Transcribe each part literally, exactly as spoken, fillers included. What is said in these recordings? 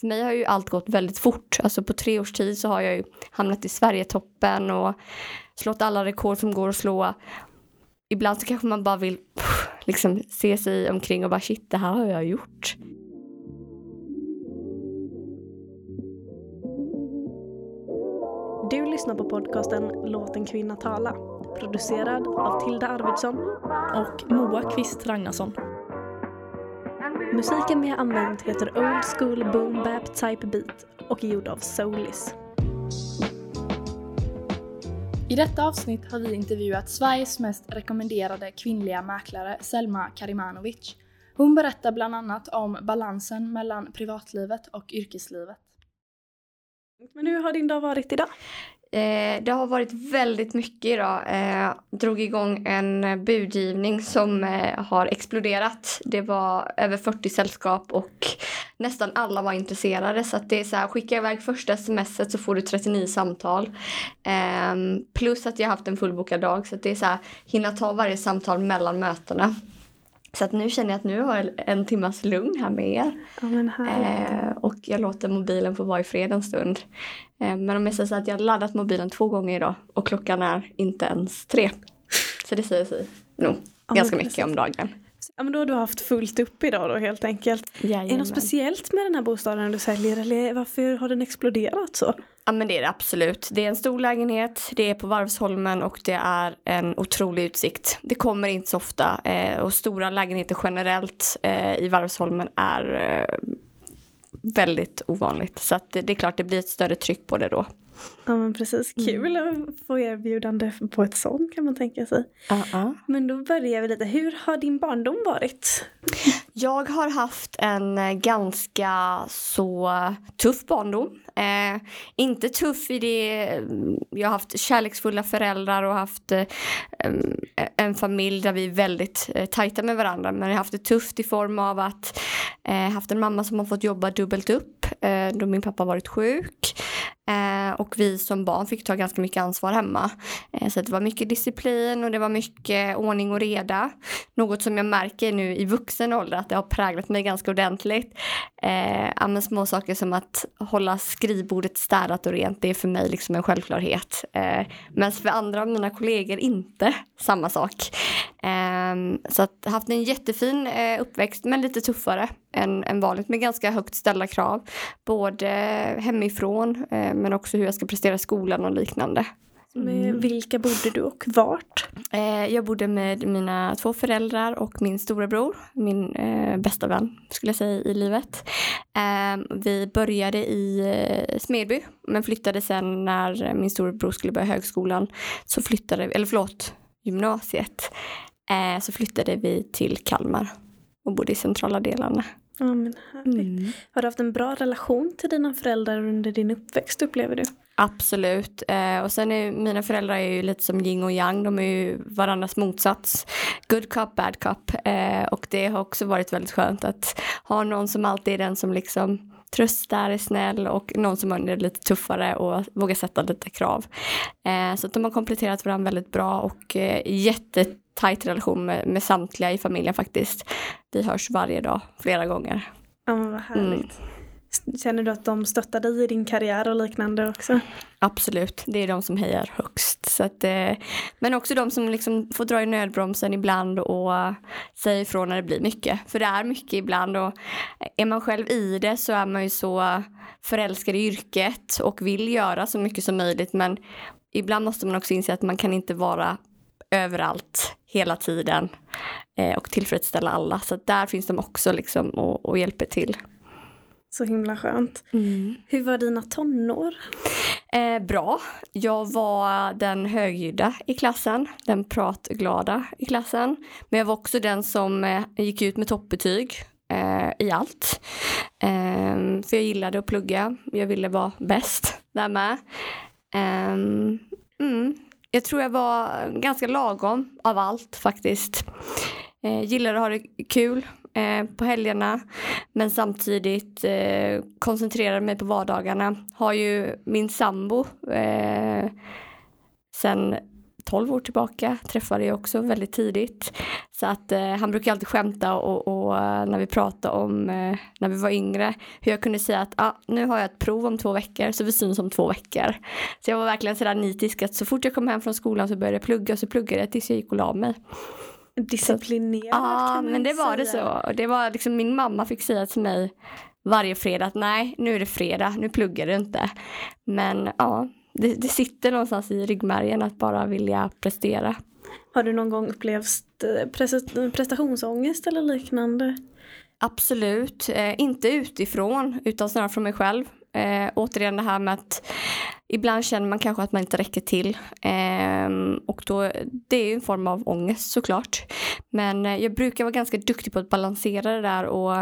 för mig har ju allt gått väldigt fort. Alltså på tre års tid så har jag ju hamnat i Sverigetoppen och slått alla rekord som går att slå. Ibland så kanske man bara vill pff, liksom se sig omkring och bara shit, det här har jag gjort. Du lyssnar på podcasten Låt en kvinna tala. Producerad av Tilda Arvidsson och Moa Kvist Ragnarsson. Musiken vi har använt heter Old School Boom Bap Type Beat och är gjord av Soulis. I detta avsnitt har vi intervjuat Sveriges mest rekommenderade kvinnliga mäklare Selma Karimanovic. Hon berättar bland annat om balansen mellan privatlivet och yrkeslivet. Men hur har din dag varit idag? Eh, det har varit väldigt mycket idag. Eh, drog igång en budgivning som eh, har exploderat. Det var över fyrtio sällskap och nästan alla var intresserade. Så att det är så här, skicka iväg första smset så får du trettionio samtal. Eh, plus att jag har haft en fullbokad dag. Så att det är så här, hinna ta varje samtal mellan mötena. Så att nu känner jag att nu har jag en timmas lugn här med er. Ja, men eh, och jag låter mobilen få vara i fred en stund. Eh, men om jag säger så att jag har laddat mobilen två gånger idag. Och klockan är inte ens tre. Så det säger sig nog ja, ganska mycket om dagen. Ja, men då har du haft fullt upp idag då helt enkelt. Jajamän. Är det något speciellt med den här bostaden du säljer? Eller varför har den exploderat så? Ja, men det är det absolut. Det är en stor lägenhet, det är på Varvsholmen och det är en otrolig utsikt. Det kommer inte så ofta eh, och stora lägenheter generellt eh, i Varvsholmen är eh, väldigt ovanligt. Så att det, det är klart det blir ett större tryck på det då. Ja, men precis. Kul mm. att få erbjudande på ett sånt kan man tänka sig. Uh-uh. Men då börjar vi lite. Hur har din barndom varit? Jag har haft en ganska så tuff barndom. Eh, inte tuff i det, jag har haft kärleksfulla föräldrar och haft eh, en familj där vi är väldigt eh, tajta med varandra. Men jag har haft det tufft i form av att eh, haft en mamma som har fått jobba dubbelt upp eh, då min pappa varit sjuk. Eh, och vi som barn fick ta ganska mycket ansvar hemma. Eh, så det var mycket disciplin och det var mycket ordning och reda. Något som jag märker nu i vuxen ålder att det har präglat mig ganska ordentligt. Eh, men små saker som att hålla skrivbordet städat och rent, det är för mig liksom en självklarhet. Eh, men för andra av mina kollegor inte samma sak. Eh, så att jag har haft en jättefin eh, uppväxt men lite tuffare än, än vanligt med ganska högt ställda krav. Både hemifrån eh, men också hur jag ska prestera i skolan och liknande. Mm. Med vilka bodde du och vart? Eh, jag bodde med mina två föräldrar och min storebror, min eh, bästa vän skulle jag säga i livet. Eh, vi började i eh, Smedby men flyttade sen när min storebror skulle börja högskolan så flyttade eller förlåt, gymnasiet. Eh, så flyttade vi till Kalmar och bodde i centrala delarna. Ja, men härligt. Mm. Har du haft en bra relation till dina föräldrar under din uppväxt, upplever du? Absolut. Eh, och sen är mina föräldrar är ju lite som yin och yang. De är ju varandras motsats. Good cup, bad cup. Eh, och det har också varit väldigt skönt att ha någon som alltid är den som liksom tröstar, är snäll och någon som är lite tuffare och vågar sätta lite krav. Eh, så att de har kompletterat varandra väldigt bra och eh, jättetajt relation med, med samtliga i familjen faktiskt. Vi hörs varje dag, flera gånger. Ja, men vad härligt. Mm. Känner du att de stöttar dig i din karriär och liknande också? Absolut, det är de som hejar högst. Så att, eh, men också de som liksom får dra i nödbromsen ibland och säga ifrån när det blir mycket. För det är mycket ibland och är man själv i det så är man ju så förälskad i yrket och vill göra så mycket som möjligt. Men ibland måste man också inse att man kan inte vara överallt hela tiden eh, och tillfredsställa alla. Så att där finns de också liksom och, och hjälper till. Så himla skönt. Mm. Hur var dina tonår? Eh, bra. Jag var den högljudda i klassen. Den pratglada i klassen. Men jag var också den som eh, gick ut med toppbetyg eh, i allt. Eh, för jag gillade att plugga. Jag ville vara bäst där med. Eh, mm. Jag tror jag var ganska lagom av allt faktiskt. Eh, gillade att ha det kul eh, på helgerna. Men samtidigt eh, koncentrerade mig på vardagarna. Har ju min sambo eh, sen tolv år tillbaka träffade jag också väldigt tidigt. Så att eh, han brukar alltid skämta och, och när vi pratade om eh, när vi var yngre, hur jag kunde säga att ah, nu har jag ett prov om två veckor så vi syns om två veckor. Så jag var verkligen sådär nitisk att så fort jag kom hem från skolan så började jag plugga och så pluggade jag tills jag gick och la mig. Disciplinerad ja, kan man men det säga. var det så. Och det var liksom min mamma fick säga till mig varje fredag att nej, nu är det fredag, nu pluggar du inte. Men ja, det, det sitter någonstans i ryggmärgen att bara vilja prestera. Har du någon gång upplevt prestationsångest eller liknande? Absolut, eh, inte utifrån utan snarare från mig själv. Eh, återigen det här med att ibland känner man kanske att man inte räcker till. Eh, och då, det är ju en form av ångest såklart. Men eh, jag brukar vara ganska duktig på att balansera det där och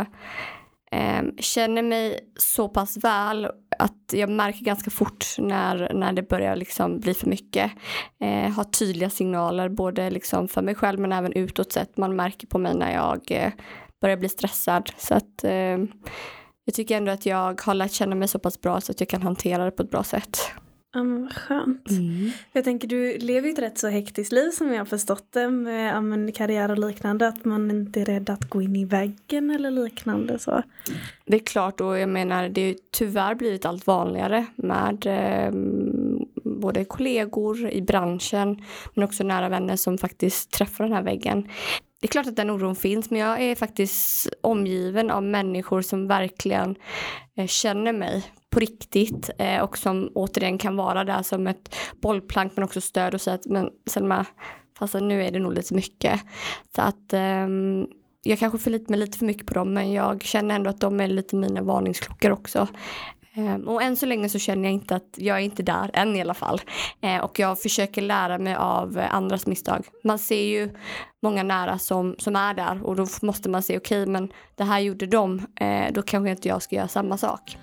eh, känner mig så pass väl att jag märker ganska fort när, när det börjar liksom bli för mycket. Eh, ha tydliga signaler både liksom för mig själv men även utåt sett. Man märker på mig när jag eh, börjar bli stressad. Så att eh, jag tycker ändå att jag har lärt känna mig så pass bra så att jag kan hantera det på ett bra sätt. Ja, men vad skönt. Mm. Jag tänker, du lever ju ett rätt så hektiskt liv som jag har förstått det med ja, men, karriär och liknande. Att man inte är rädd att gå in i väggen eller liknande. Så. Det är klart och jag menar det är tyvärr blivit allt vanligare med eh, både kollegor i branschen men också nära vänner som faktiskt träffar den här väggen. Det är klart att den oron finns men jag är faktiskt omgiven av människor som verkligen eh, känner mig på riktigt eh, och som återigen kan vara där som ett bollplank men också stöd och säga att men Selma, fast nu är det nog lite mycket. Så att eh, jag kanske förlitar mig lite för mycket på dem men jag känner ändå att de är lite mina varningsklockor också. Um, och än så länge så känner jag inte att jag är inte där än i alla fall. Uh, och jag försöker lära mig av uh, andras misstag. Man ser ju många nära som, som är där och då måste man se okej okay, men det här gjorde de. Uh, då kanske inte jag ska göra samma sak.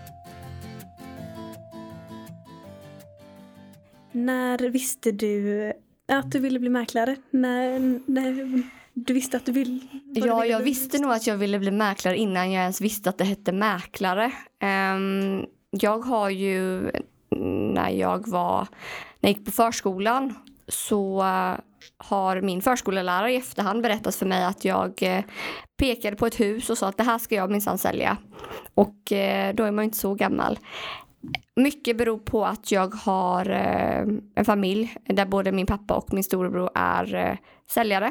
När visste du att du ville bli mäklare? När, när du visste att du vill? Ja, jag visste nog att jag ville bli mäklare innan jag ens visste att det hette mäklare. Um, jag har ju, när jag var, när jag gick på förskolan så uh, har min förskollärare i efterhand berättat för mig att jag uh, pekade på ett hus och sa att det här ska jag minsann sälja. Och uh, då är man inte så gammal. Mycket beror på att jag har uh, en familj där både min pappa och min storebror är uh, säljare.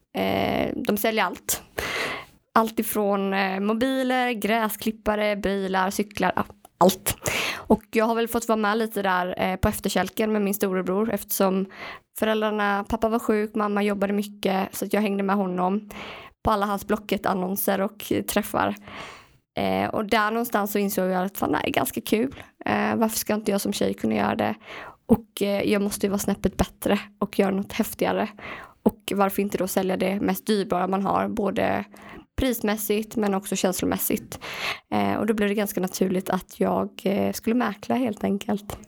De säljer allt. Allt ifrån mobiler, gräsklippare, bilar, cyklar, allt. Och jag har väl fått vara med lite där på efterkälken med min storebror eftersom föräldrarna, pappa var sjuk, mamma jobbade mycket så att jag hängde med honom på alla hans Blocket-annonser och träffar. Och där någonstans så insåg jag att fan, det är ganska kul. Varför ska inte jag som tjej kunna göra det? Och jag måste ju vara snäppet bättre och göra något häftigare. Och varför inte då sälja det mest dyrbara man har, både prismässigt men också känslomässigt. Eh, och då blev det ganska naturligt att jag eh, skulle mäkla helt enkelt.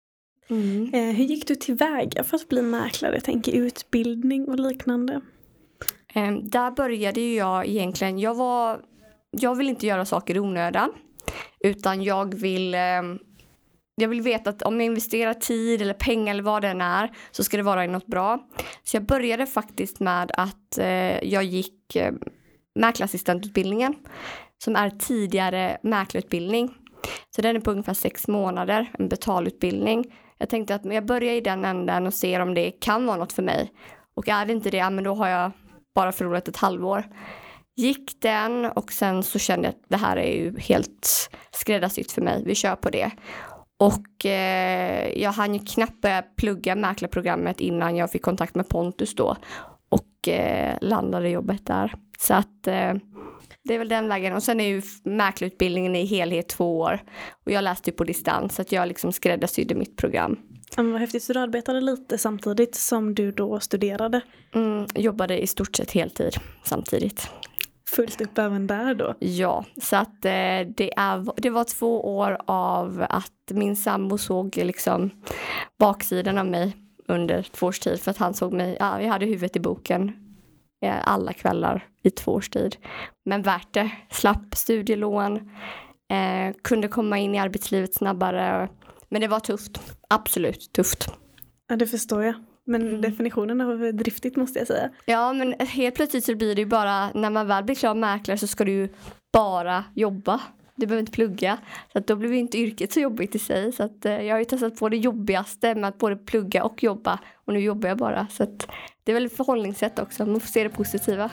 Mm. Eh, hur gick du tillväga för att bli mäklare? Jag tänker utbildning och liknande. Eh, där började ju jag egentligen, jag var, jag vill inte göra saker i onödan. Utan jag vill... Eh, Jag vill veta att om jag investerar tid eller pengar eller vad det än är så ska det vara något bra. Så jag började faktiskt med att eh, jag gick eh, mäklarassistentutbildningen som är tidigare mäklarutbildning. Så den är på ungefär sex månader, en betalutbildning. Jag tänkte att jag börjar i den änden och ser om det kan vara något för mig. Och är det inte det, men då har jag bara förlorat ett halvår. Gick den och sen så kände jag att det här är ju helt skräddarsytt för mig. Vi kör på det. Och eh, jag hann ju knappt börja plugga mäklarprogrammet innan jag fick kontakt med Pontus då. Och eh, landade jobbet där. Så att eh, det är väl den vägen. Och sen är ju mäklarutbildningen i helhet två år. Och jag läste ju på distans så att jag liksom skräddarsydde mitt program. Ja, men vad häftigt, så du arbetade lite samtidigt som du då studerade? Mm, jobbade i stort sett heltid samtidigt. Fullt upp även där då? Ja, så att eh, det, är, det var två år av att min sambo såg liksom baksidan av mig under två års tid. För att han såg mig, ja, jag hade huvudet i boken eh, alla kvällar i två års tid. Men värt det, slapp studielån, eh, kunde komma in i arbetslivet snabbare. Men det var tufft, absolut tufft. Ja, det förstår jag. Men Mm. definitionen av driftigt måste jag säga. Ja, men helt plötsligt så blir det ju bara, när man väl blir klar mäklare så ska du ju bara jobba. Du behöver inte plugga. Så att då blir ju inte yrket så jobbigt i sig. Så att, eh, jag har ju testat på det jobbigaste med att både plugga och jobba. Och nu jobbar jag bara. Så att det är väl ett förhållningssätt också. Man får se det positiva.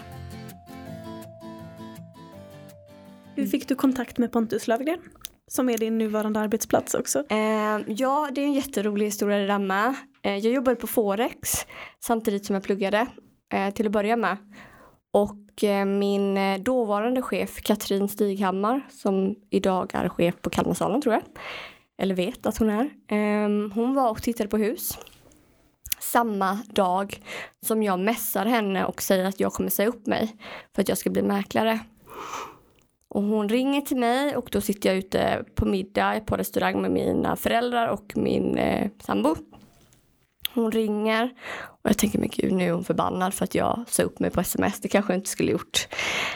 Hur fick du kontakt med Pontus Lövgren? Som är din nuvarande arbetsplats också. Eh, ja, det är en jätterolig historia det där med. Eh, jag jobbade på Forex samtidigt som jag pluggade eh, till att börja med. Och eh, min eh, dåvarande chef Katrin Stighammar, som idag är chef på Kalmarsalen tror jag, eller vet att hon är, eh, hon var och tittade på hus samma dag som jag mässar henne och säger att jag kommer säga upp mig för att jag ska bli mäklare. Och hon ringer till mig och då sitter jag ute på middag på restaurang med mina föräldrar och min eh, sambo. Hon ringer och jag tänker, men gud, nu är hon förbannad för att jag sa upp mig på sms. Det kanske jag inte skulle gjort.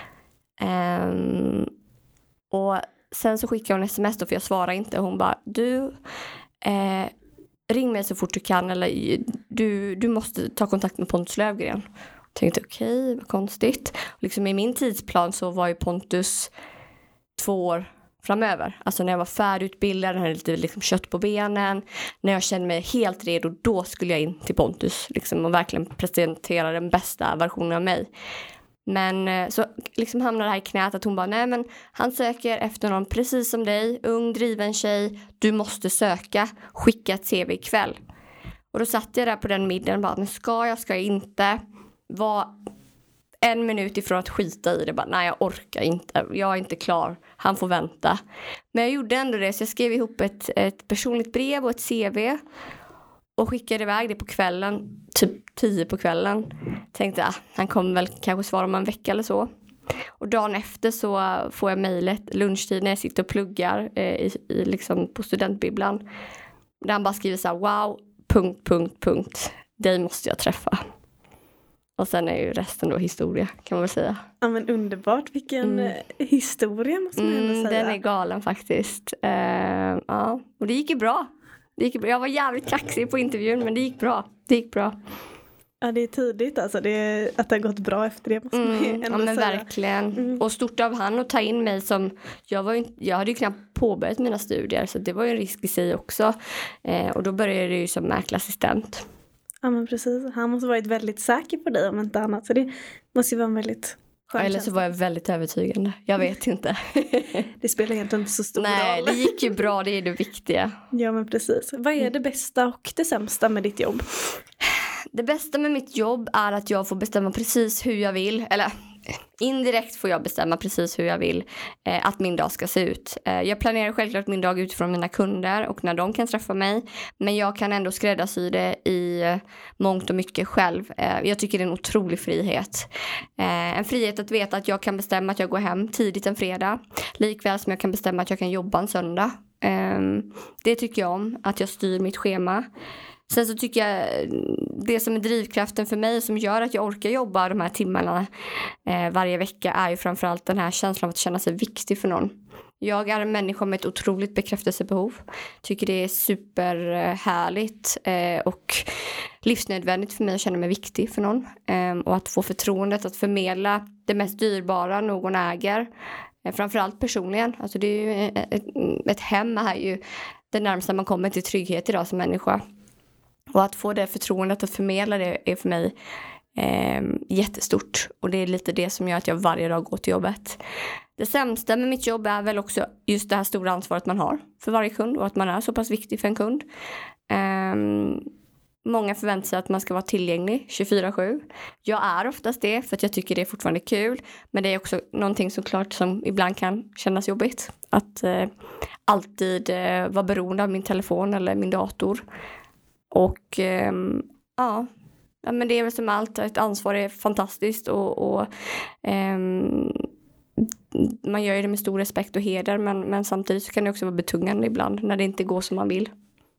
Um, och sen så skickar hon sms då, för jag svarar inte. Hon bara, du eh, ring mig så fort du kan, eller du, du måste ta kontakt med Pontus Lövgren. Jag tänkte, okej, okay, vad konstigt. Liksom i min tidsplan så var ju Pontus två år framöver. Alltså när jag var färdigutbildad, hade lite liksom kött på benen. När jag kände mig helt redo, då skulle jag in till Pontus. Liksom, och verkligen presentera den bästa versionen av mig. Men så liksom hamnade det här i knät att hon bara, nej men han söker efter någon precis som dig. Ung, driven tjej. Du måste söka. Skicka ett C V ikväll. Och då satt jag där på den middagen och bara, men ska jag, ska jag inte? Var en minut ifrån att skita i det. Bara, nej, jag orkar inte. Jag är inte klar. Han får vänta. Men jag gjorde ändå det. Så jag skrev ihop ett, ett personligt brev och ett C V. Och skickade iväg det på kvällen. Typ tio på kvällen. Tänkte, ah, han kommer väl kanske svara om en vecka eller så. Och dagen efter så får jag mejlet lunchtid när jag sitter och pluggar eh, i, i, liksom på studentbibblan. Där han bara skriver så här, wow, punkt, punkt, punkt. Dig måste jag träffa. Och sen är ju resten då historia, kan man väl säga. Ja, men underbart. Vilken mm. historia måste man ändå mm, säga. Den är galen faktiskt. Uh, ja, och det gick ju bra. Det gick bra. Jag var jävligt kaxig på intervjun, men det gick bra. Det gick bra. Ja, det är tydligt alltså. Det är, att det har gått bra efter det, måste man mm, ändå ja, men säga. verkligen. Mm. Och stort av han att ta in mig som... Jag, var ju, jag hade ju knappt påbörjat mina studier, så det var ju en risk i sig också. Uh, och då började jag ju som mäklarassistent. Ja, men precis. Han måste varit väldigt säker på dig om inte annat. Så det måste ju vara en väldigt skön Eller så känsla. var jag väldigt övertygande. Jag vet inte. Det spelar egentligen inte så stor Nej, roll. det gick ju bra. Det är det viktiga. Ja, men precis. Vad är det bästa och det sämsta med ditt jobb? Det bästa med mitt jobb är att jag får bestämma precis hur jag vill. Eller indirekt får jag bestämma precis hur jag vill eh, att min dag ska se ut. Eh, jag planerar självklart min dag utifrån mina kunder och när de kan träffa mig. Men jag kan ändå skräddarsy det i eh, mångt och mycket själv. Eh, jag tycker det är en otrolig frihet. Eh, en frihet att veta att jag kan bestämma att jag går hem tidigt en fredag. Likväl som jag kan bestämma att jag kan jobba en söndag. Eh, det tycker jag om, att jag styr mitt schema. Sen så tycker jag det som är drivkraften för mig som gör att jag orkar jobba de här timmarna eh, varje vecka är ju framförallt den här känslan av att känna sig viktig för någon. Jag är en människa med ett otroligt bekräftelsebehov. Tycker det är superhärligt eh, och livsnödvändigt för mig att känna mig viktig för någon. Eh, och att få förtroendet att förmedla det mest dyrbara någon äger. Eh, framförallt personligen. Alltså det är ju ett, ett hem är ju det närmaste man kommer till trygghet idag som människa. Och att få det förtroendet att förmedla det är för mig eh, jättestort. Och det är lite det som gör att jag varje dag går till jobbet. Det sämsta med mitt jobb är väl också just det här stora ansvaret man har för varje kund. Och att man är så pass viktig för en kund. Eh, många förväntar sig att man ska vara tillgänglig tjugofyra sju. Jag är oftast det för att jag tycker det är fortfarande kul. Men det är också någonting såklart som ibland kan kännas jobbigt. Att eh, alltid eh, vara beroende av min telefon eller min dator. Och eh, ja, men det är väl som allt, ett ansvar är fantastiskt och, och eh, man gör ju det med stor respekt och heder, men, men samtidigt så kan det också vara betungande ibland när det inte går som man vill.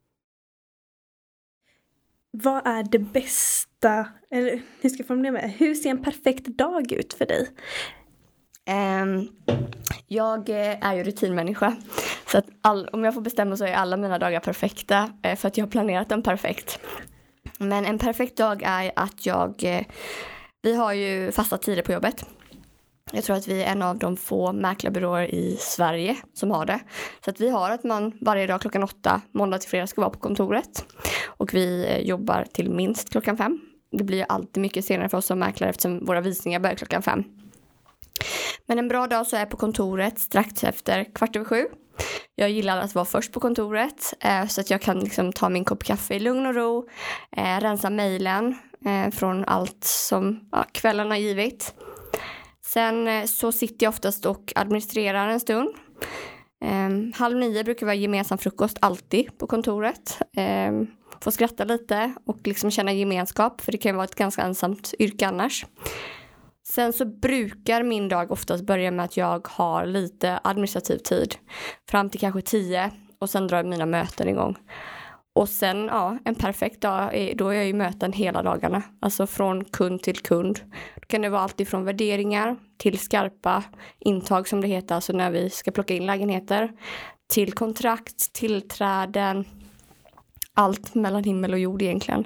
Vad är det bästa, eller hur ska jag formulera mig, hur ser en perfekt dag ut för dig? Um, jag är ju rutinmänniska. Så att all, om jag får bestämma så är alla mina dagar perfekta. Eh, för att jag har planerat dem perfekt. Men en perfekt dag är att jag, eh, vi har ju fasta tider på jobbet. Jag tror att vi är en av de få mäklarbyråer i Sverige som har det. Så att vi har att man varje dag klockan åtta, måndag till fredag, ska vara på kontoret. Och vi eh, jobbar till minst klockan fem. Det blir ju alltid mycket senare för oss som mäklare eftersom våra visningar börjar klockan fem. Men en bra dag så är jag på kontoret strax efter kvart över sju. Jag gillar att vara först på kontoret eh, så att jag kan liksom ta min kopp kaffe i lugn och ro. Eh, rensa mejlen eh, från allt som ja, kvällen har givit. Sen eh, så sitter jag oftast och administrerar en stund. Eh, halv nio brukar vara gemensam frukost alltid på kontoret. Eh, få skratta lite och liksom känna gemenskap, för det kan vara ett ganska ensamt yrke annars. Sen så brukar min dag oftast börja med att jag har lite administrativ tid. Fram till kanske tio och sen drar mina möten igång. Och sen, ja, en perfekt dag, är, då är jag i möten hela dagarna. Alltså från kund till kund. Då kan det vara allt ifrån värderingar till skarpa intag som det heter. Alltså när vi ska plocka in lägenheter. Till kontrakt, tillträden. Allt mellan himmel och jord egentligen.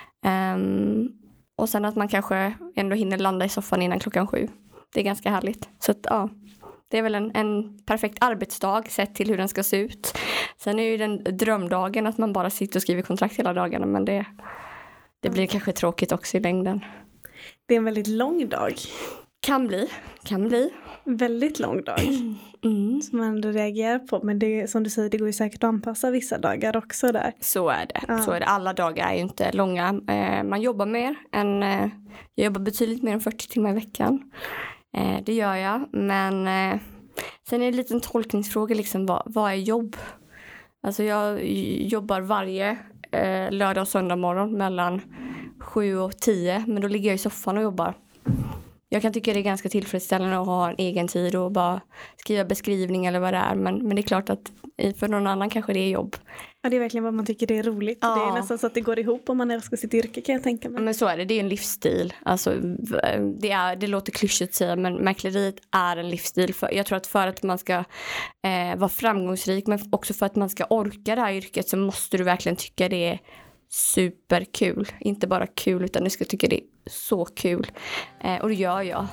Um, och sen att man kanske ändå hinner landa i soffan innan klockan sju. Det är ganska härligt. Så att, ja, det är väl en, en perfekt arbetsdag sett till hur den ska se ut. Sen är ju den drömdagen att man bara sitter och skriver kontrakt hela dagarna. Men det, det blir kanske tråkigt också i längden. Det är en väldigt lång dag. Kan bli, kan bli. Väldigt lång dag. Mm. Som man ändå reagerar på. Men det, som du säger, det går ju säkert att anpassa vissa dagar också där. Så är det. Ja. Så är det. Alla dagar är ju inte långa. Eh, man jobbar mer än... Eh, jag jobbar betydligt mer än fyrtio timmar i veckan. Eh, det gör jag. Men eh, sen är det en liten tolkningsfråga. Liksom, vad, vad är jobb? Alltså jag jobbar varje eh, lördag och söndag morgon mellan sju och tio. Men då ligger jag i soffan och jobbar. Jag kan tycka det är ganska tillfredsställande att ha en egen tid och bara skriva beskrivning eller vad det är. Men, men det är klart att för någon annan kanske det är jobb. Ja, det är verkligen vad man tycker det är roligt. Ja. Det är nästan så att det går ihop om man älskar sitt yrke, kan jag tänka mig. Men så är det, det är en livsstil. Alltså, det, är, det låter klyschigt att säga, men mäkleriet är en livsstil. För, jag tror att för att man ska eh, vara framgångsrik, men också för att man ska orka det här yrket, så måste du verkligen tycka det är superkul. Inte bara kul, utan du ska tycka det är så kul. Eh, och det gör jag.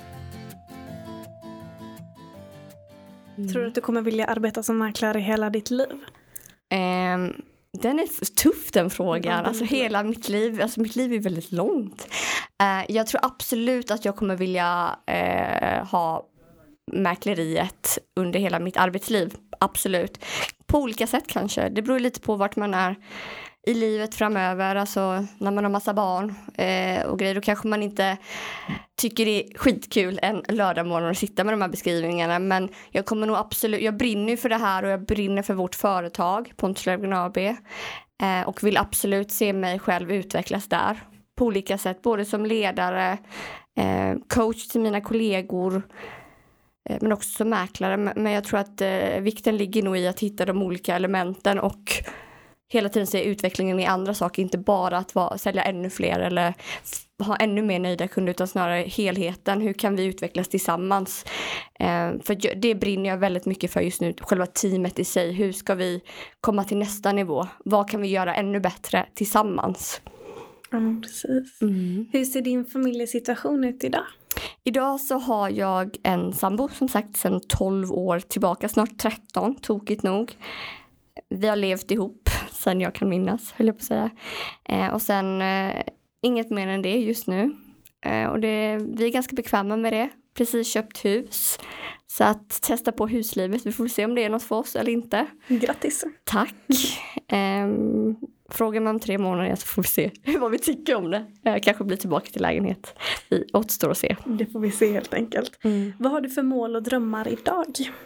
Mm. Tror du att du kommer vilja arbeta som mäklare hela ditt liv? Eh, den är tuff, den frågan. Alltså hela mitt liv, alltså mitt liv är väldigt långt. Eh, jag tror absolut att jag kommer vilja eh, ha mäkleriet under hela mitt arbetsliv. Absolut. På olika sätt kanske. Det beror lite på vart man är i livet framöver, alltså när man har massa barn eh, och grejer, då kanske man inte tycker det är skitkul en lördag morgon att sitta med de här beskrivningarna, men jag kommer nog absolut, jag brinner för det här och jag brinner för vårt företag Pontus Löfgren A B eh, och vill absolut se mig själv utvecklas där på olika sätt, både som ledare, eh, coach till mina kollegor, eh, men också som mäklare, men jag tror att eh, vikten ligger nog i att hitta de olika elementen och hela tiden se utvecklingen i andra saker. Inte bara att vara, sälja ännu fler eller f- ha ännu mer nöjda kunder, utan snarare helheten. Hur kan vi utvecklas tillsammans? Eh, för det brinner jag väldigt mycket för just nu. Själva teamet i sig. Hur ska vi komma till nästa nivå? Vad kan vi göra ännu bättre tillsammans? Ja, precis. Mm. Hur ser din familjesituation ut idag? Idag så har jag en sambo, som sagt, sedan tolv år tillbaka. Snart tretton, tokigt nog. Vi har levt ihop sen jag kan minnas, höll jag på att säga. Eh, och sen eh, inget mer än det just nu. Eh, och det, vi är ganska bekväma med det. Precis köpt hus. Så att testa på huslivet. Vi får se om det är något för oss eller inte. Grattis. Tack. Eh, fråga mig om tre månader så får vi se vad vi tycker om det. Jag kanske blir tillbaka till lägenhet. Vi återstår att se. Det får vi se helt enkelt. Mm. Vad har du för mål och drömmar idag?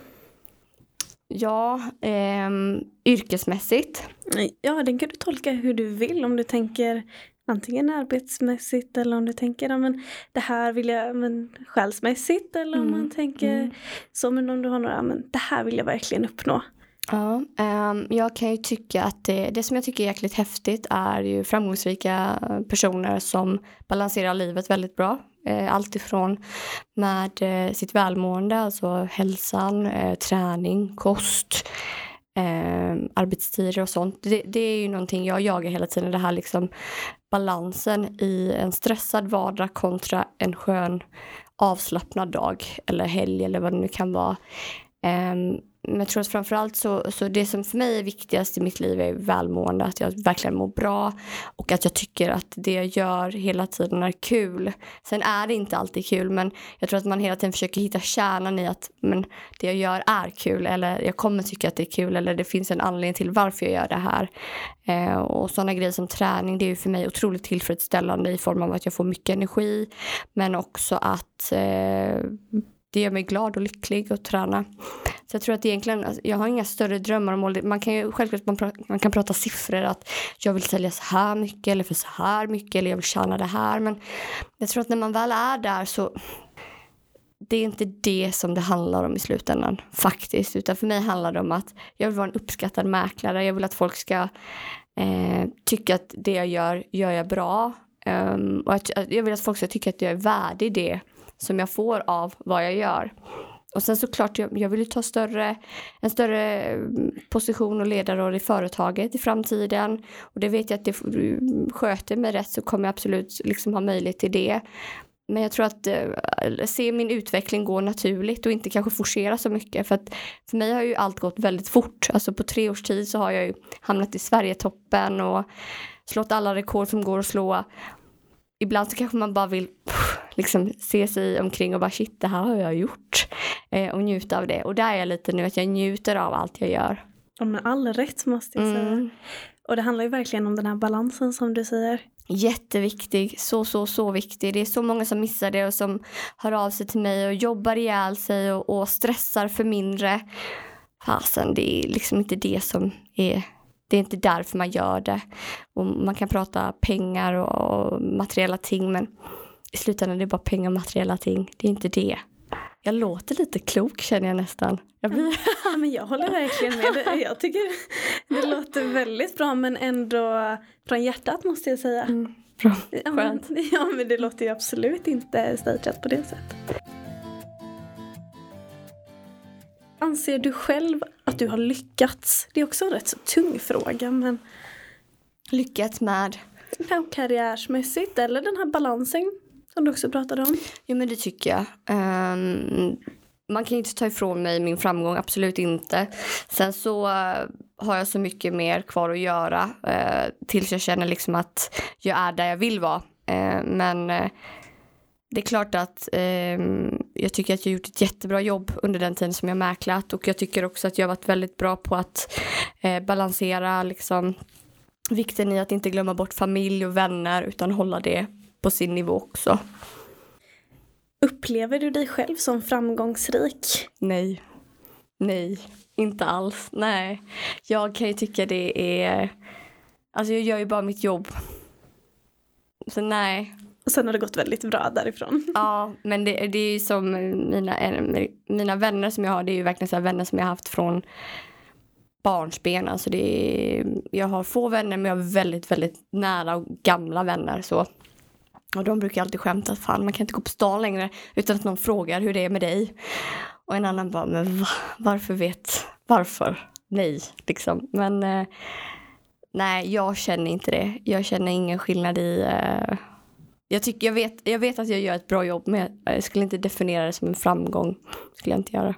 Ja, eh, yrkesmässigt. Ja, den kan du tolka hur du vill. Om du tänker antingen arbetsmässigt eller om du tänker ja, men det här vill jag, men själsmässigt. Eller om mm. man tänker mm. som om du har några, men det här vill jag verkligen uppnå. Ja, um, jag kan ju tycka att det, det som jag tycker är jäkligt häftigt är ju framgångsrika personer som balanserar livet väldigt bra. Eh, allt ifrån med eh, sitt välmående, alltså hälsan, eh, träning, kost, eh, arbetstider och sånt. Det, det är ju någonting jag jagar hela tiden, det här liksom balansen i en stressad vardag kontra en skön avslappnad dag eller helg eller vad det nu kan vara. Um, men jag tror att framförallt så, så det som för mig är viktigast i mitt liv är välmående, att jag verkligen mår bra och att jag tycker att det jag gör hela tiden är kul. Sen är det inte alltid kul, men jag tror att man hela tiden försöker hitta kärnan i att men det jag gör är kul, eller jag kommer tycka att det är kul, eller det finns en anledning till varför jag gör det här. Eh, och sådana grejer som träning, det är ju för mig otroligt tillfredsställande i form av att jag får mycket energi, men också att eh, det gör mig glad och lycklig att träna. Så jag tror att egentligen, jag har inga större drömmar om mål. Man kan ju självklart, man, pr- man kan prata siffror att jag vill sälja så här mycket eller för så här mycket eller jag vill tjäna det här. Men jag tror att när man väl är där så det är inte det som det handlar om i slutändan faktiskt. Utan för mig handlar det om att jag vill vara en uppskattad mäklare. Jag vill att folk ska eh, tycka att det jag gör, gör jag bra. Um, och att, att jag vill att folk ska tycka att jag är värdig det som jag får av vad jag gör. Och sen såklart, jag, jag vill ju ta större, en större position och ledarroll i företaget i framtiden. Och det vet jag att det sköter mig rätt så kommer jag absolut liksom ha möjlighet till det. Men jag tror att äh, se min utveckling gå naturligt och inte kanske forcera så mycket. För att för mig har ju allt gått väldigt fort. Alltså på tre års tid så har jag ju hamnat i Sverigetoppen och slått alla rekord som går att slå. Ibland så kanske man bara vill liksom se sig omkring och bara shit, det här har jag gjort. Eh, och njuta av det. Och där är jag lite nu att jag njuter av allt jag gör. Ja, men all rätt måste jag säga. Mm. Och det handlar ju verkligen om den här balansen som du säger. Jätteviktig. Så, så, så viktig. Det är så många som missar det och som hör av sig till mig och jobbar ihjäl sig och, och stressar för mindre. Fasen, det är liksom inte det som är... Det är inte därför man gör det. Och man kan prata pengar och, och materiella ting, men i slutändan är det bara pengar och materiella ting. Det är inte det. Jag låter lite klok, känner jag nästan. Jag blir... ja, men jag håller verkligen med. Jag tycker det låter väldigt bra, men ändå från hjärtat måste jag säga. Mm, bra. Ja, men, ja, men det låter ju absolut inte stageat på det sättet. Anser du själv att du har lyckats? Det är också en rätt så tung fråga, men... Lyckats med? Ja, karriärsmässigt eller den här balansen som du också pratade om. Jo, men det tycker jag. Um, man kan inte ta ifrån mig min framgång, absolut inte. Sen så uh, har jag så mycket mer kvar att göra uh, tills jag känner liksom att jag är där jag vill vara. Uh, men... Uh, Det är klart att eh, jag tycker att jag har gjort ett jättebra jobb under den tiden som jag mäklat. Och jag tycker också att jag har varit väldigt bra på att eh, balansera liksom, vikten i att inte glömma bort familj och vänner utan hålla det på sin nivå också. Upplever du dig själv som framgångsrik? Nej, nej, inte alls. Nej, jag kan ju tycka det är... Alltså jag gör ju bara mitt jobb. Så nej... Och sen har det gått väldigt bra därifrån. Ja, men det, det är ju som mina, mina vänner som jag har. Det är ju verkligen så här vänner som jag har haft från barnsben. Alltså det är, jag har få vänner men jag har väldigt, väldigt nära och gamla vänner. Så. Och de brukar alltid skämta att fan, man kan inte gå på stan längre utan att någon frågar hur det är med dig. Och en annan bara, men va, varför vet, varför? Nej, liksom. Men eh, nej, jag känner inte det. Jag känner ingen skillnad i... Eh, Jag, tycker, jag, vet, jag vet att jag gör ett bra jobb, men jag skulle inte definiera det som en framgång. Skulle jag inte göra.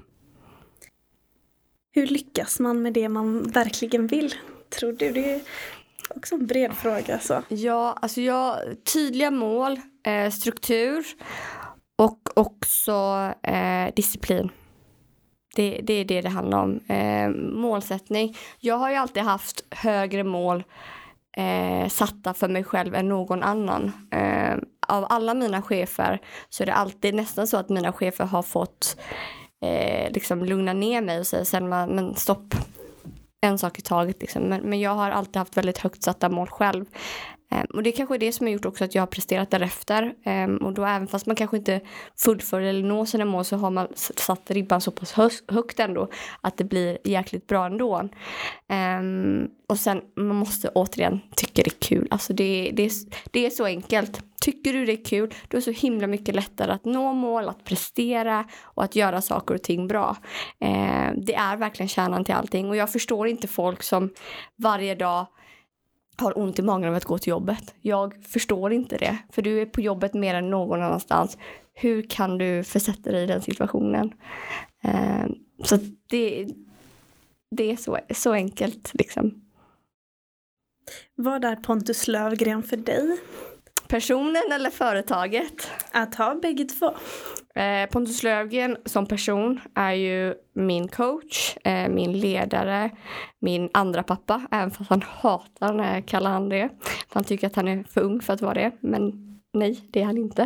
Hur lyckas man med det man verkligen vill? Tror du? Det är också en bred fråga. Så. Ja, alltså jag tydliga mål, eh, struktur och också eh, disciplin. Det, det är det det handlar om. Eh, målsättning. Jag har ju alltid haft högre mål Eh, satta för mig själv än någon annan. Eh, av alla mina chefer så är det alltid nästan så att mina chefer har fått eh, liksom lugna ner mig och säga sen man, men stopp, en sak i taget liksom. men, men jag har alltid haft väldigt högt satta mål själv. Eh, och det är kanske det som har gjort också att jag har presterat därefter. Eh, och då även fast man kanske inte fullföljer eller når sina mål så har man satt ribban så pass hö- högt ändå att det blir jäkligt bra ändå. Eh, och sen man måste återigen tycka det är kul. Alltså det, det, är, det är så enkelt. Tycker du det är kul, då är det så himla mycket lättare att nå mål, att prestera och att göra saker och ting bra. Eh, det är verkligen kärnan till allting. Och jag förstår inte folk som varje dag har ont i magen av att gå till jobbet. Jag förstår inte det. För du är på jobbet mer än någon annanstans. Hur kan du försätta dig i den situationen? Eh, så det, det är så, så enkelt liksom. Vad är Pontus Lövgren för dig? Personen eller företaget? Att ha bägge två. Eh, Pontus Lövgren som person är ju min coach, eh, min ledare, min andra pappa. Även fast han hatar när jag kallar han det. Han tycker att han är för ung för att vara det. Men nej, det är han inte.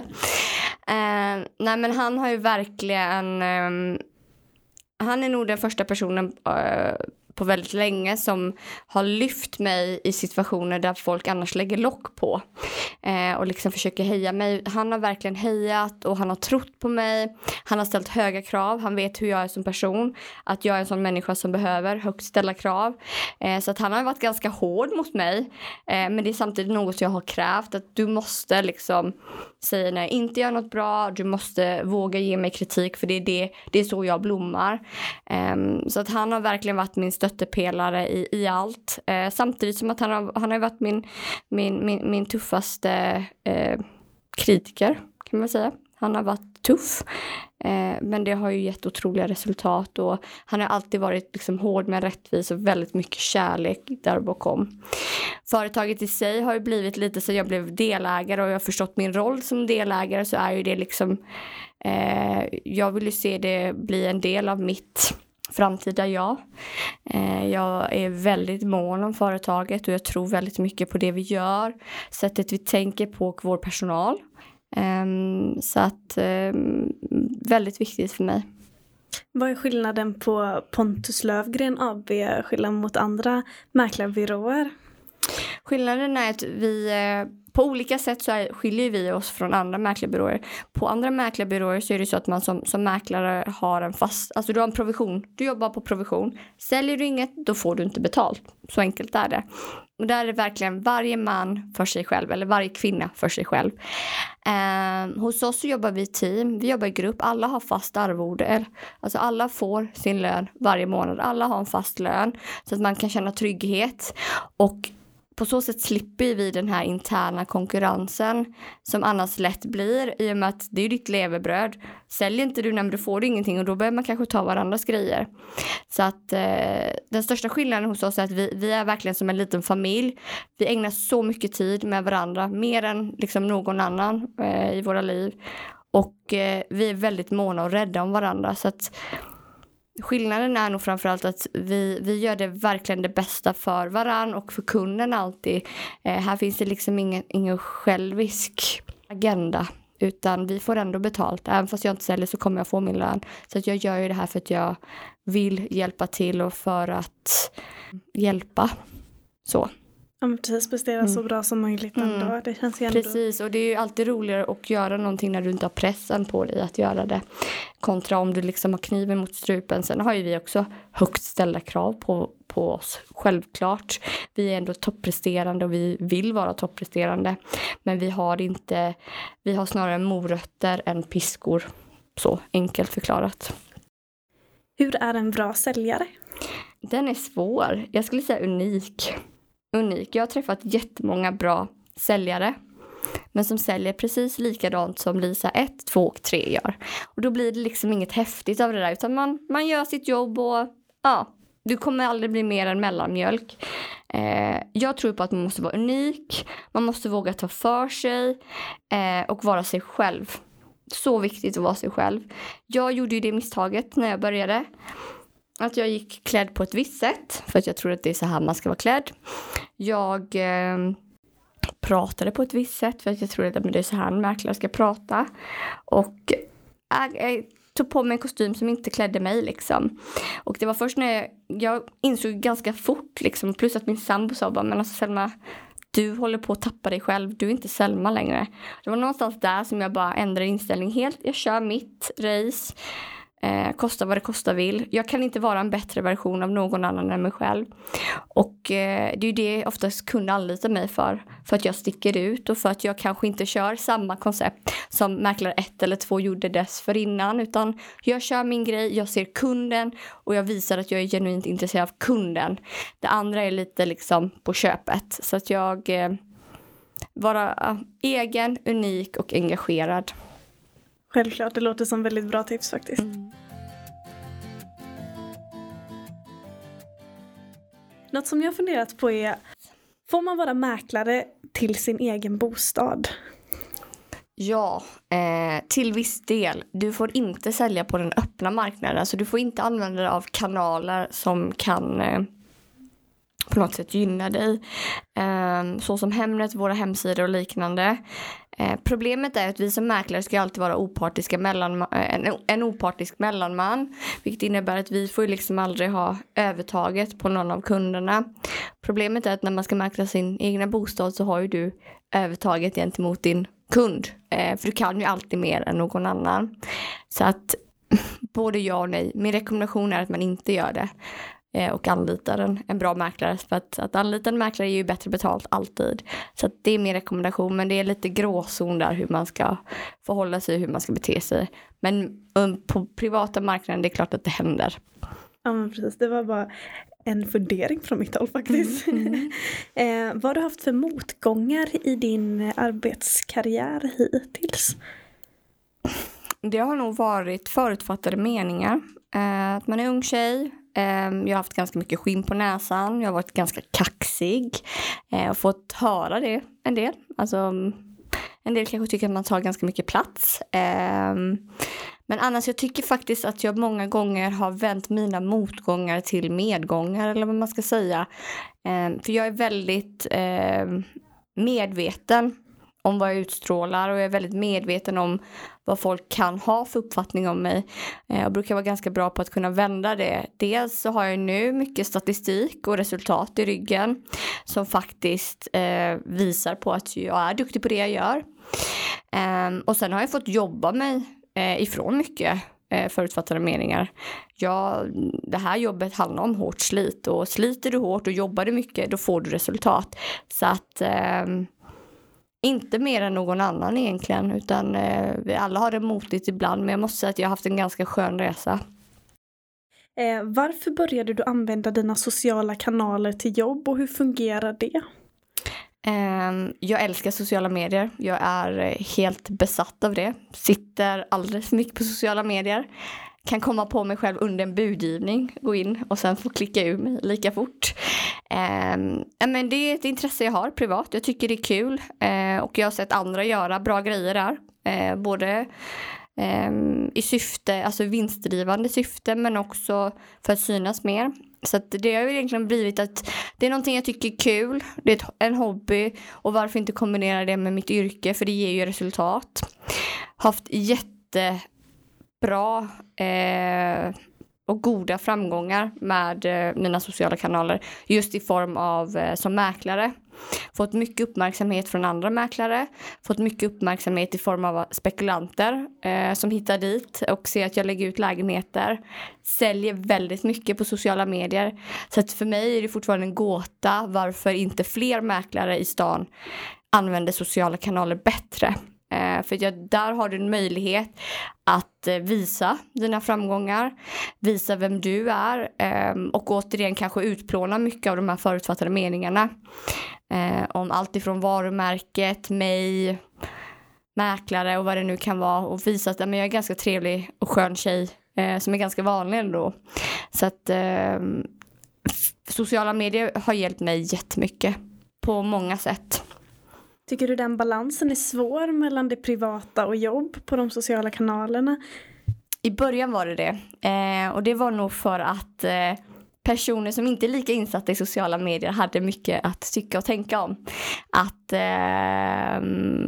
Eh, nej men han har ju verkligen... Eh, han är nog den första personen... Eh, på väldigt länge som har lyft mig i situationer där folk annars lägger lock på eh, och liksom försöker heja mig. Han har verkligen hejat och han har trott på mig. Han har ställt höga krav. Han vet hur jag är som person. Att jag är en sån människa som behöver högt ställa krav. Eh, så att han har varit ganska hård mot mig. Eh, men det är samtidigt något jag har krävt. Att du måste liksom säga när jag inte gör något bra. Du måste våga ge mig kritik för det är, det, det är så jag blommar. Eh, så att han har verkligen varit min stöttepelare i, i allt. Eh, samtidigt som att han har, han har varit min, min, min, min tuffaste eh, kritiker kan man säga. Han har varit tuff. Eh, men det har ju gett otroliga resultat. Och han har alltid varit liksom hård med rättvis och väldigt mycket kärlek där bakom. Företaget i sig har ju blivit lite så jag blev delägare och jag har förstått min roll som delägare så är ju det liksom eh, jag vill ju se det bli en del av mitt framtida jag. Eh, jag är väldigt mån om företaget och jag tror väldigt mycket på det vi gör. Sättet vi tänker på vår personal. Eh, så att eh, väldigt viktigt för mig. Vad är skillnaden på Pontus Lövgren A B skillnad mot andra mäklarbyråer? Skillnaden är att vi på olika sätt så är, skiljer vi oss från andra mäklarbyråer. På andra mäklarbyråer så är det så att man som, som mäklare har en fast, alltså du har en provision, du jobbar på provision. Säljer du inget, då får du inte betalt. Så enkelt är det. Och där är det verkligen varje man för sig själv, eller varje kvinna för sig själv. Eh, hos oss så jobbar vi i team, vi jobbar i grupp, alla har fast arvode. Alltså alla får sin lön varje månad, alla har en fast lön så att man kan känna trygghet. Och på så sätt slipper vi den här interna konkurrensen som annars lätt blir i och med att det är ditt levebröd. Säljer inte du när du får ingenting och då börjar man kanske ta varandras grejer. Så att eh, den största skillnaden hos oss är att vi, vi är verkligen som en liten familj. Vi ägnar så mycket tid med varandra, mer än liksom någon annan eh, i våra liv. Och eh, vi är väldigt måna och rädda om varandra så att skillnaden är nog framförallt att vi, vi gör det verkligen det bästa för varann och för kunden alltid. Eh, här finns det liksom ingen, ingen självisk agenda utan vi får ändå betalt. Även fast jag inte säljer så kommer jag få min lön. Så att jag gör ju det här för att jag vill hjälpa till och för att hjälpa. Så. Ja, men precis, prestera mm. så bra som möjligt ändå. Mm. Det känns ju ändå... Precis, och det är ju alltid roligare att göra någonting när du inte har pressen på dig att göra det. Kontra om du liksom har kniven mot strupen. Sen har ju vi också högt ställda krav på, på oss. Självklart. Vi är ändå toppresterande och vi vill vara toppresterande. Men vi har inte, vi har snarare morötter än piskor. Så enkelt förklarat. Hur är en bra säljare? Den är svår. Jag skulle säga unik. Unik. Jag har träffat jättemånga bra säljare. Men som säljer precis likadant som Lisa ett, två och tre gör. Och då blir det liksom inget häftigt av det där. Utan man, man gör sitt jobb och ja, du kommer aldrig bli mer än mellanmjölk. Eh, jag tror på att man måste vara unik. Man måste våga ta för sig. Eh, och vara sig själv. Så viktigt att vara sig själv. Jag gjorde ju det misstaget när jag började. Att jag gick klädd på ett visst sätt. För att jag tror att det är så här man ska vara klädd. Jag eh, pratade på ett visst sätt. För att jag tror att det är så här en mäklare ska prata. Och jag, jag tog på mig en kostym som inte klädde mig liksom. Och det var först när jag, jag insåg ganska fort liksom. Plus att min sambo sa bara, men alltså Selma, du håller på att tappa dig själv. Du är inte Selma längre. Det var någonstans där som jag bara ändrade inställning helt. Jag kör mitt race. Eh, kosta vad det kosta vill. Jag kan inte vara en bättre version av någon annan än mig själv. Och eh, det är ju det oftast kunder anlitar mig för. För att jag sticker ut och för att jag kanske inte kör samma koncept som mäklare ett eller två gjorde dessförinnan. Utan jag kör min grej, jag ser kunden och jag visar att jag är genuint intresserad av kunden. Det andra är lite liksom på köpet. Så att jag eh, vara uh, egen, unik och engagerad. Självklart, det låter som väldigt bra tips faktiskt. Mm. Något som jag funderat på är, får man vara mäklare till sin egen bostad? Ja, eh, till viss del. Du får inte sälja på den öppna marknaden. Alltså du får inte använda dig av kanaler som kan eh, på något sätt gynna dig. Eh, så som Hemnet, våra hemsidor och liknande. Eh, problemet är att vi som mäklare ska alltid vara opartiska mellan, en, en opartisk mellanman. Vilket innebär att vi får liksom aldrig ha övertaget på någon av kunderna. Problemet är att när man ska mäkla sin egna bostad så har ju du övertaget gentemot din kund. Eh, för du kan ju alltid mer än någon annan. Så att både ja och nej. Min rekommendation är att man inte gör det. Eh, och anlitar en, en bra mäklare. För att, att anlita en mäklare är ju bättre betalt alltid. Så att det är min rekommendation. Men det är lite gråzon där hur man ska förhålla sig. Hur man ska bete sig. Men um, på privata marknaden det är klart att det händer. Ja men precis. Det var bara en fundering från mitt håll faktiskt. Mm, mm. eh, vad har du haft för motgångar i din arbetskarriär hittills? Det har nog varit förutfattade meningar. Eh, att man är ung tjej. Eh, jag har haft ganska mycket skinn på näsan. Jag har varit ganska kaxig. Eh, och fått höra det en del. Alltså en del kanske tycker att man tar ganska mycket plats. Eh, men annars jag tycker faktiskt att jag många gånger har vänt mina motgångar till medgångar. Eller vad man ska säga. Eh, för jag är väldigt eh, medveten om vad jag utstrålar och jag är väldigt medveten om vad folk kan ha för uppfattning om mig. Eh, och brukar vara ganska bra på att kunna vända det. Dels så har jag nu mycket statistik och resultat i ryggen som faktiskt eh, visar på att jag är duktig på det jag gör. Eh, och sen har jag fått jobba mig eh, ifrån mycket eh, förutfattade meningar. Ja, det här jobbet handlar om hårt slit och sliter du hårt och jobbar du mycket då får du resultat. Så att eh, inte mer än någon annan egentligen utan eh, vi alla har det motigt ibland men jag måste säga att jag har haft en ganska skön resa. Eh, varför började du använda dina sociala kanaler till jobb och hur fungerar det? Eh, jag älskar sociala medier. Jag är helt besatt av det. Sitter alldeles för mycket på sociala medier. Kan komma på mig själv under en budgivning. Gå in och sen få klicka ur mig lika fort. Eh, men det är ett intresse jag har privat. Jag tycker det är kul. Eh, och jag har sett andra göra bra grejer där. Eh, både eh, i syfte, alltså vinstdrivande syfte. Men också för att synas mer. Så att det har ju egentligen blivit att det är någonting jag tycker är kul. Det är ett, en hobby. Och varför inte kombinera det med mitt yrke. För det ger ju resultat. Haft jätte... bra eh, och goda framgångar med eh, mina sociala kanaler just i form av eh, som mäklare. Fått mycket uppmärksamhet från andra mäklare. Fått mycket uppmärksamhet i form av spekulanter eh, som hittar dit och ser att jag lägger ut lägenheter. Säljer väldigt mycket på sociala medier. Så att för mig är det fortfarande en gåta varför inte fler mäklare i stan använder sociala kanaler bättre. Eh, för jag, där har du en möjlighet att eh, visa dina framgångar, visa vem du är eh, och återigen kanske utplåna mycket av de här förutfattade meningarna. Eh, om allt ifrån varumärket, mig, mäklare och vad det nu kan vara och visa att men jag är ganska trevlig och skön tjej eh, som är ganska vanlig ändå. Så att eh, sociala medier har hjälpt mig jättemycket på många sätt. Tycker du den balansen är svår mellan det privata och jobb på de sociala kanalerna? I början var det det. Eh, och det var nog för att eh, personer som inte är lika insatta i sociala medier hade mycket att tycka och tänka om. Att eh,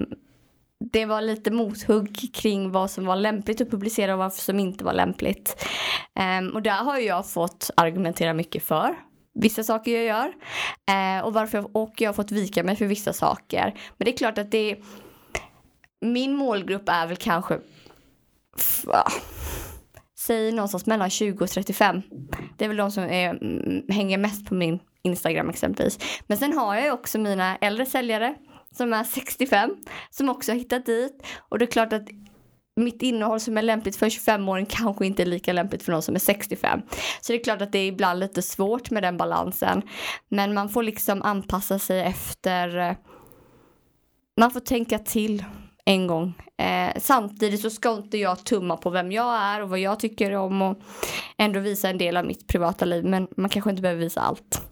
det var lite mothugg kring vad som var lämpligt att publicera och vad som inte var lämpligt. Eh, och där har jag fått argumentera mycket för vissa saker jag gör. Eh, och, varför, och jag har fått vika mig för vissa saker. Men det är klart att det min målgrupp är väl kanske f- säg någonstans mellan tjugo och trettiofem. Det är väl de som är, mm, hänger mest på min Instagram exempelvis. Men sen har jag ju också mina äldre säljare som är sextiofem, som också har hittat dit. Och det är klart att mitt innehåll som är lämpligt för tjugofem-åring kanske inte är lika lämpligt för någon som är sextiofem. Så det är klart att det är ibland lite svårt med den balansen. Men man får liksom anpassa sig efter... Man får tänka till en gång. Eh, samtidigt så ska inte jag tumma på vem jag är och vad jag tycker om och ändå visa en del av mitt privata liv. Men man kanske inte behöver visa allt.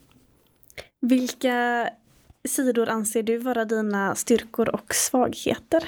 Vilka sidor anser du vara dina styrkor och svagheter?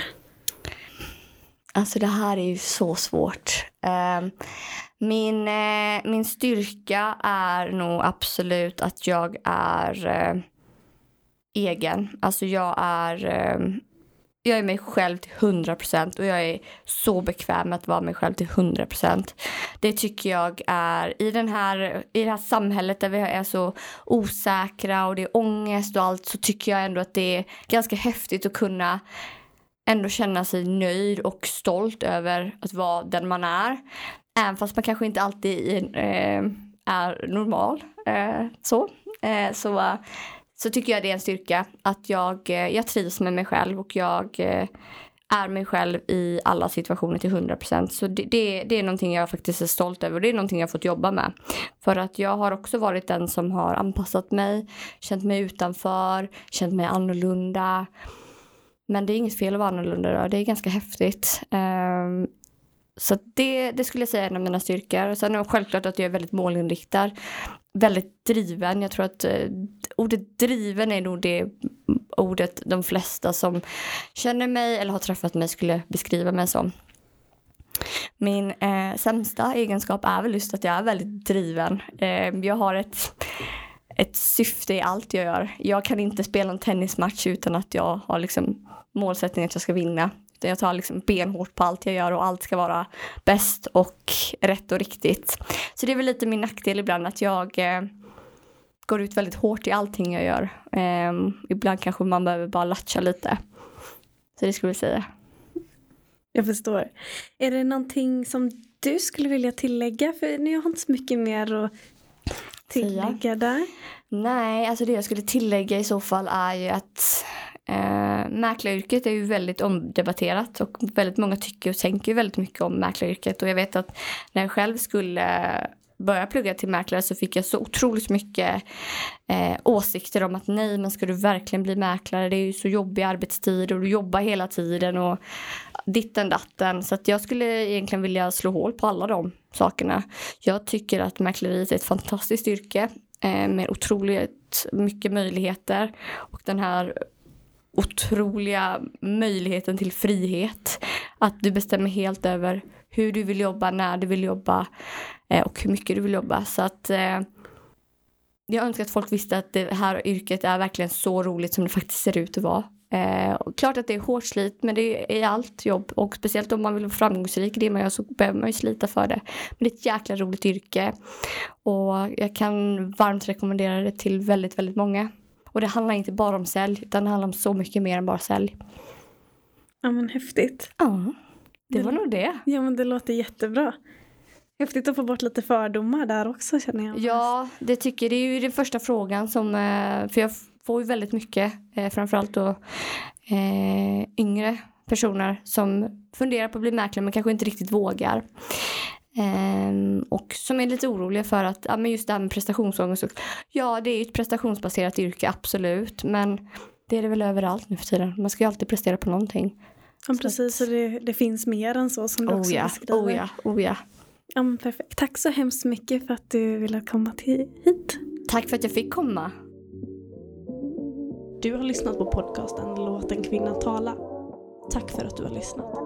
Alltså det här är ju så svårt. Uh, min, uh, min styrka är nog absolut att jag är uh, egen. Alltså jag är, uh, jag är mig själv till hundra procent och jag är så bekväm med att vara mig själv till hundra procent. Det tycker jag är i, den här, i det här samhället där vi är så osäkra och det är ångest och allt, så tycker jag ändå att det är ganska häftigt att kunna ändå känna sig nöjd och stolt över att vara den man är. Även fast man kanske inte alltid eh, är normal. Eh, så eh, så, så tycker jag det är en styrka att jag, jag trivs med mig själv och jag eh, är mig själv i alla situationer till hundra procent. Så det, det, det är någonting jag faktiskt är stolt över och det är någonting jag har fått jobba med. För att jag har också varit den som har anpassat mig, känt mig utanför, känt mig annorlunda. Men det är inget fel att vara annorlunda då. Det är ganska häftigt. Um, så det, det skulle jag säga är en av mina styrkor. Sen är det självklart att jag är väldigt målinriktad. Väldigt driven. Jag tror att uh, ordet driven är nog det ordet de flesta som känner mig eller har träffat mig skulle beskriva mig som. Min eh, sämsta egenskap är väl just att jag är väldigt driven. Eh, jag har ett... ett syfte i allt jag gör. Jag kan inte spela en tennismatch utan att jag har liksom målsättningen att jag ska vinna. Jag tar liksom benhårt på allt jag gör och allt ska vara bäst och rätt och riktigt. Så det är väl lite min nackdel ibland att jag eh, går ut väldigt hårt i allting jag gör. Eh, ibland kanske man behöver bara latcha lite. Så det skulle jag säga. Jag förstår. Är det någonting som du skulle vilja tillägga? För ni har inte så mycket mer att tillägga där. Nej, alltså det jag skulle tillägga i så fall är ju att eh, mäklaryrket är ju väldigt omdebatterat och väldigt många tycker och tänker väldigt mycket om mäklaryrket. Och jag vet att när jag själv skulle börja plugga till mäklare så fick jag så otroligt mycket eh, åsikter om att nej, men ska du verkligen bli mäklare? Det är ju så jobbig arbetstid och du jobbar hela tiden och ditten datten. Så att jag skulle egentligen vilja slå hål på alla de sakerna. Jag tycker att mäkleriet är ett fantastiskt yrke eh, med otroligt mycket möjligheter och den här otroliga möjligheten till frihet. Att du bestämmer helt över hur du vill jobba, när du vill jobba eh, och hur mycket du vill jobba. Så att eh, jag önskar att folk visste att det här yrket är verkligen så roligt som det faktiskt ser ut att vara. Eh, och klart att det är hårt slit, men det är allt jobb. Och speciellt om man vill vara framgångsrik i det man gör så behöver man ju slita för det. Men det är ett jäkla roligt yrke. Och jag kan varmt rekommendera det till väldigt, väldigt många. Och det handlar inte bara om sälj, utan det handlar om så mycket mer än bara sälj. Ja, men häftigt. Ja, det, det var nog det. Ja, men det låter jättebra. Häftigt att få bort lite fördomar där också, känner jag. Ja, det tycker det är ju den första frågan som, för jag får ju väldigt mycket, framförallt då eh, yngre personer som funderar på att bli mäklare men kanske inte riktigt vågar. Um, och som är lite oroliga för att ja, men just det här med prestationsångest. Ja, det är ju ett prestationsbaserat yrke, absolut. Men det är det väl överallt nu för tiden. Man ska ju alltid prestera på någonting. Ja, precis. Så det, det finns mer än så som du oh, också ja, beskriver. Oh ja, oh ja. Ja, men perfekt. Tack så hemskt mycket för att du ville komma till hit. Tack för att jag fick komma. Du har lyssnat på podcasten Låt en kvinna tala. Tack för att du har lyssnat.